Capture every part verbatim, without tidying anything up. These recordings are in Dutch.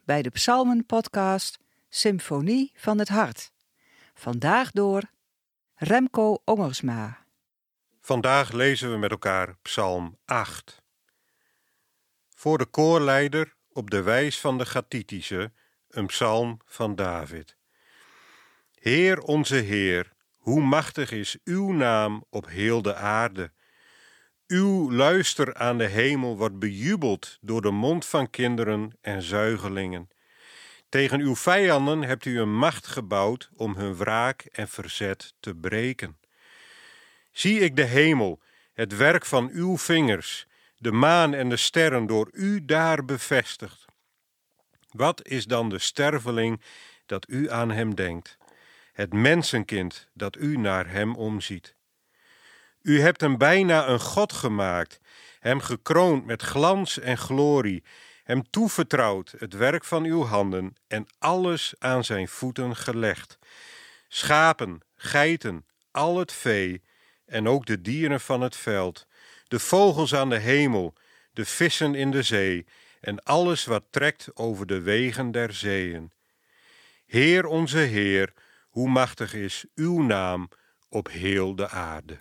bij de Psalmen-podcast Symfonie van het Hart. Vandaag door Remco Ongersma. Vandaag lezen we met elkaar Psalm acht. Voor de koorleider op de wijs van de Gathitische, een psalm van David. Heer onze Heer, hoe machtig is uw naam op heel de aarde. Uw luister aan de hemel wordt bejubeld door de mond van kinderen en zuigelingen. Tegen uw vijanden hebt u een macht gebouwd om hun wraak en verzet te breken. Zie ik de hemel, het werk van uw vingers, de maan en de sterren door u daar bevestigd. Wat is dan de sterveling dat u aan hem denkt, het mensenkind dat u naar hem omziet? U hebt hem bijna een god gemaakt, hem gekroond met glans en glorie, hem toevertrouwd het werk van uw handen en alles aan zijn voeten gelegd. Schapen, geiten, al het vee en ook de dieren van het veld, de vogels aan de hemel, de vissen in de zee en alles wat trekt over de wegen der zeeën. Heer onze Heer, hoe machtig is uw naam op heel de aarde.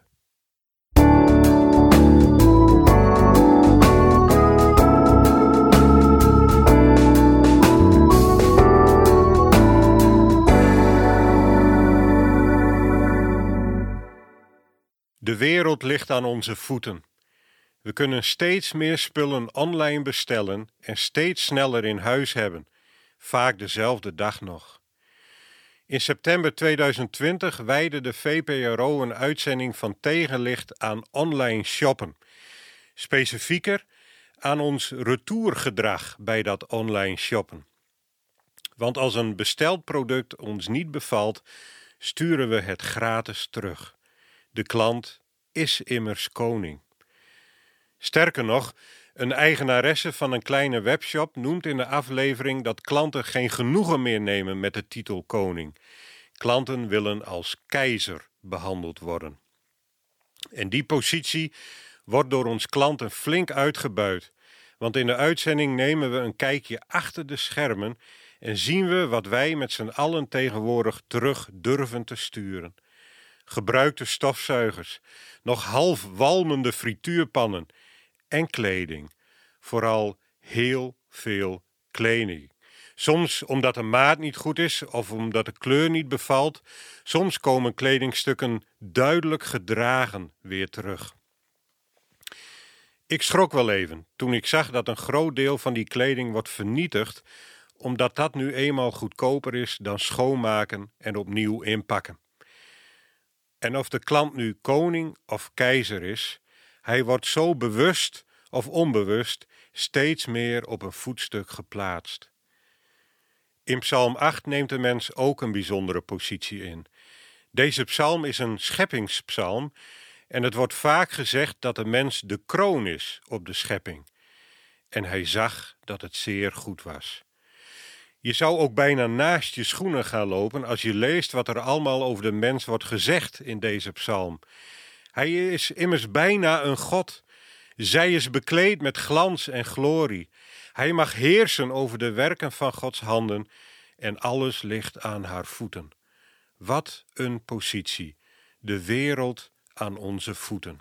De wereld ligt aan onze voeten. We kunnen steeds meer spullen online bestellen en steeds sneller in huis hebben, vaak dezelfde dag nog. In september tweeduizend twintig wijdde de V P R O een uitzending van Tegenlicht aan online shoppen. Specifieker aan ons retourgedrag bij dat online shoppen. Want als een besteld product ons niet bevalt, sturen we het gratis terug. De klant is immers koning. Sterker nog, een eigenaresse van een kleine webshop noemt in de aflevering dat klanten geen genoegen meer nemen met de titel koning. Klanten willen als keizer behandeld worden. En die positie wordt door ons klanten flink uitgebuit. Want in de uitzending nemen we een kijkje achter de schermen en zien we wat wij met z'n allen tegenwoordig terug durven te sturen. Gebruikte stofzuigers, nog half walmende frituurpannen en kleding. Vooral heel veel kleding. Soms omdat de maat niet goed is of omdat de kleur niet bevalt. Soms komen kledingstukken duidelijk gedragen weer terug. Ik schrok wel even toen ik zag dat een groot deel van die kleding wordt vernietigd, omdat dat nu eenmaal goedkoper is dan schoonmaken en opnieuw inpakken. En of de klant nu koning of keizer is, hij wordt zo bewust of onbewust steeds meer op een voetstuk geplaatst. In Psalm acht neemt de mens ook een bijzondere positie in. Deze psalm is een scheppingspsalm en het wordt vaak gezegd dat de mens de kroon is op de schepping. En hij zag dat het zeer goed was. Je zou ook bijna naast je schoenen gaan lopen als je leest wat er allemaal over de mens wordt gezegd in deze psalm. Hij is immers bijna een god. Zij is bekleed met glans en glorie. Hij mag heersen over de werken van Gods handen en alles ligt aan haar voeten. Wat een positie, de wereld aan onze voeten.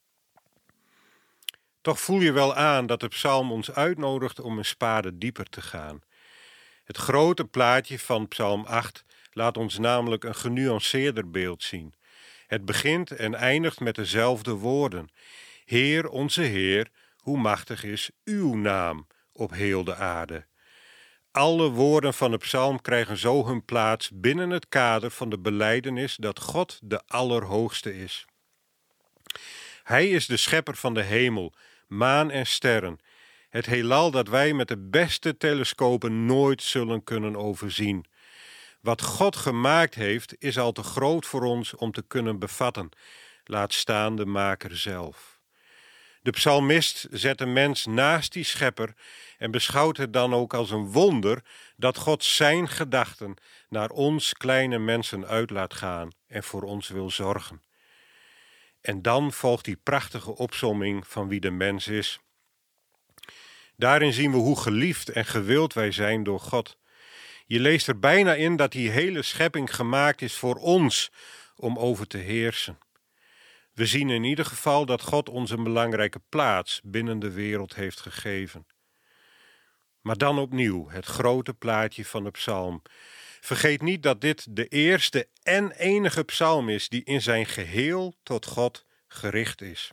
Toch voel je wel aan dat de psalm ons uitnodigt om een spade dieper te gaan. Het grote plaatje van Psalm acht laat ons namelijk een genuanceerder beeld zien. Het begint en eindigt met dezelfde woorden. Heer onze Heer, hoe machtig is uw naam op heel de aarde. Alle woorden van de psalm krijgen zo hun plaats binnen het kader van de belijdenis dat God de Allerhoogste is. Hij is de schepper van de hemel, maan en sterren. Het heelal dat wij met de beste telescopen nooit zullen kunnen overzien. Wat God gemaakt heeft, is al te groot voor ons om te kunnen bevatten. Laat staan de maker zelf. De psalmist zet de mens naast die schepper en beschouwt het dan ook als een wonder dat God zijn gedachten naar ons kleine mensen uit laat gaan en voor ons wil zorgen. En dan volgt die prachtige opsomming van wie de mens is. Daarin zien we hoe geliefd en gewild wij zijn door God. Je leest er bijna in dat die hele schepping gemaakt is voor ons om over te heersen. We zien in ieder geval dat God ons een belangrijke plaats binnen de wereld heeft gegeven. Maar dan opnieuw het grote plaatje van de psalm. Vergeet niet dat dit de eerste en enige psalm is die in zijn geheel tot God gericht is.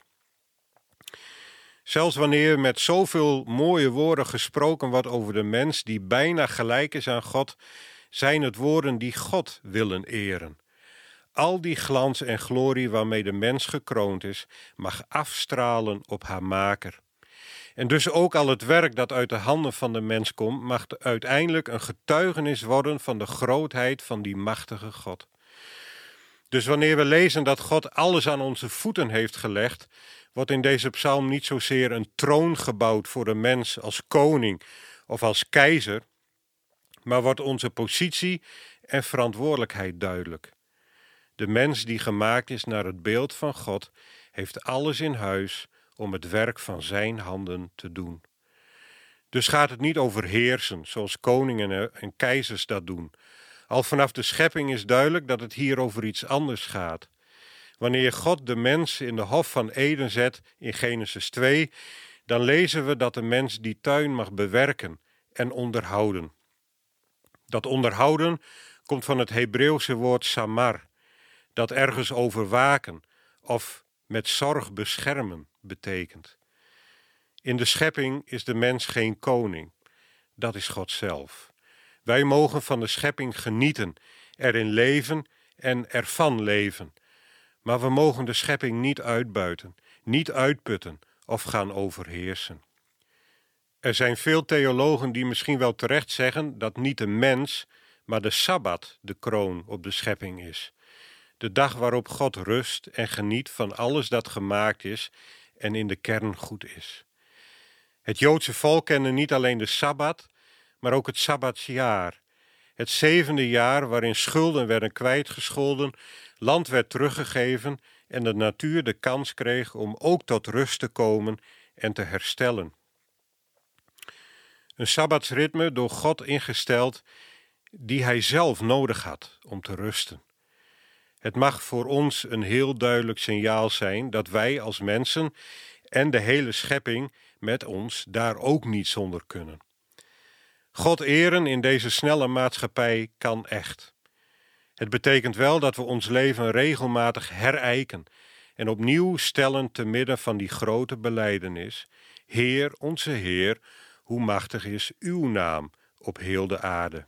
Zelfs wanneer met zoveel mooie woorden gesproken wordt over de mens die bijna gelijk is aan God, zijn het woorden die God willen eren. Al die glans en glorie waarmee de mens gekroond is, mag afstralen op haar maker. En dus ook al het werk dat uit de handen van de mens komt, mag uiteindelijk een getuigenis worden van de grootheid van die machtige God. Dus wanneer we lezen dat God alles aan onze voeten heeft gelegd, wordt in deze psalm niet zozeer een troon gebouwd voor de mens als koning of als keizer, maar wordt onze positie en verantwoordelijkheid duidelijk. De mens die gemaakt is naar het beeld van God, heeft alles in huis om het werk van zijn handen te doen. Dus gaat het niet over heersen, zoals koningen en keizers dat doen. Al vanaf de schepping is duidelijk dat het hier over iets anders gaat. Wanneer God de mens in de hof van Eden zet in Genesis twee, dan lezen we dat de mens die tuin mag bewerken en onderhouden. Dat onderhouden komt van het Hebreeuwse woord samar, dat ergens over waken of met zorg beschermen betekent. In de schepping is de mens geen koning, dat is God zelf. Wij mogen van de schepping genieten, erin leven en ervan leven. Maar we mogen de schepping niet uitbuiten, niet uitputten of gaan overheersen. Er zijn veel theologen die misschien wel terecht zeggen dat niet de mens, maar de Sabbat de kroon op de schepping is. De dag waarop God rust en geniet van alles dat gemaakt is en in de kern goed is. Het Joodse volk kende niet alleen de Sabbat, maar ook het Sabbatsjaar. Het zevende jaar waarin schulden werden kwijtgescholden, land werd teruggegeven en de natuur de kans kreeg om ook tot rust te komen en te herstellen. Een sabbatsritme door God ingesteld die hij zelf nodig had om te rusten. Het mag voor ons een heel duidelijk signaal zijn dat wij als mensen en de hele schepping met ons daar ook niet zonder kunnen. God eren in deze snelle maatschappij kan echt. Het betekent wel dat we ons leven regelmatig herijken en opnieuw stellen te midden van die grote belijdenis: Heer, onze Heer, hoe machtig is uw naam op heel de aarde.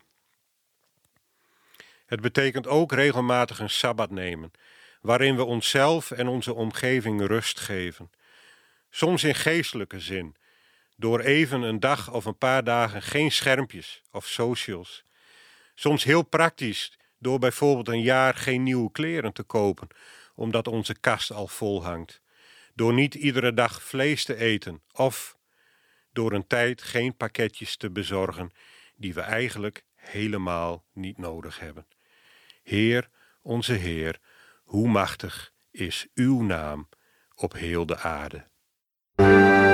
Het betekent ook regelmatig een sabbat nemen, waarin we onszelf en onze omgeving rust geven. Soms in geestelijke zin, door even een dag of een paar dagen geen schermpjes of socials. Soms heel praktisch, door bijvoorbeeld een jaar geen nieuwe kleren te kopen, omdat onze kast al vol hangt. Door niet iedere dag vlees te eten of door een tijd geen pakketjes te bezorgen die we eigenlijk helemaal niet nodig hebben. Heer, onze Heer, hoe machtig is uw naam op heel de aarde.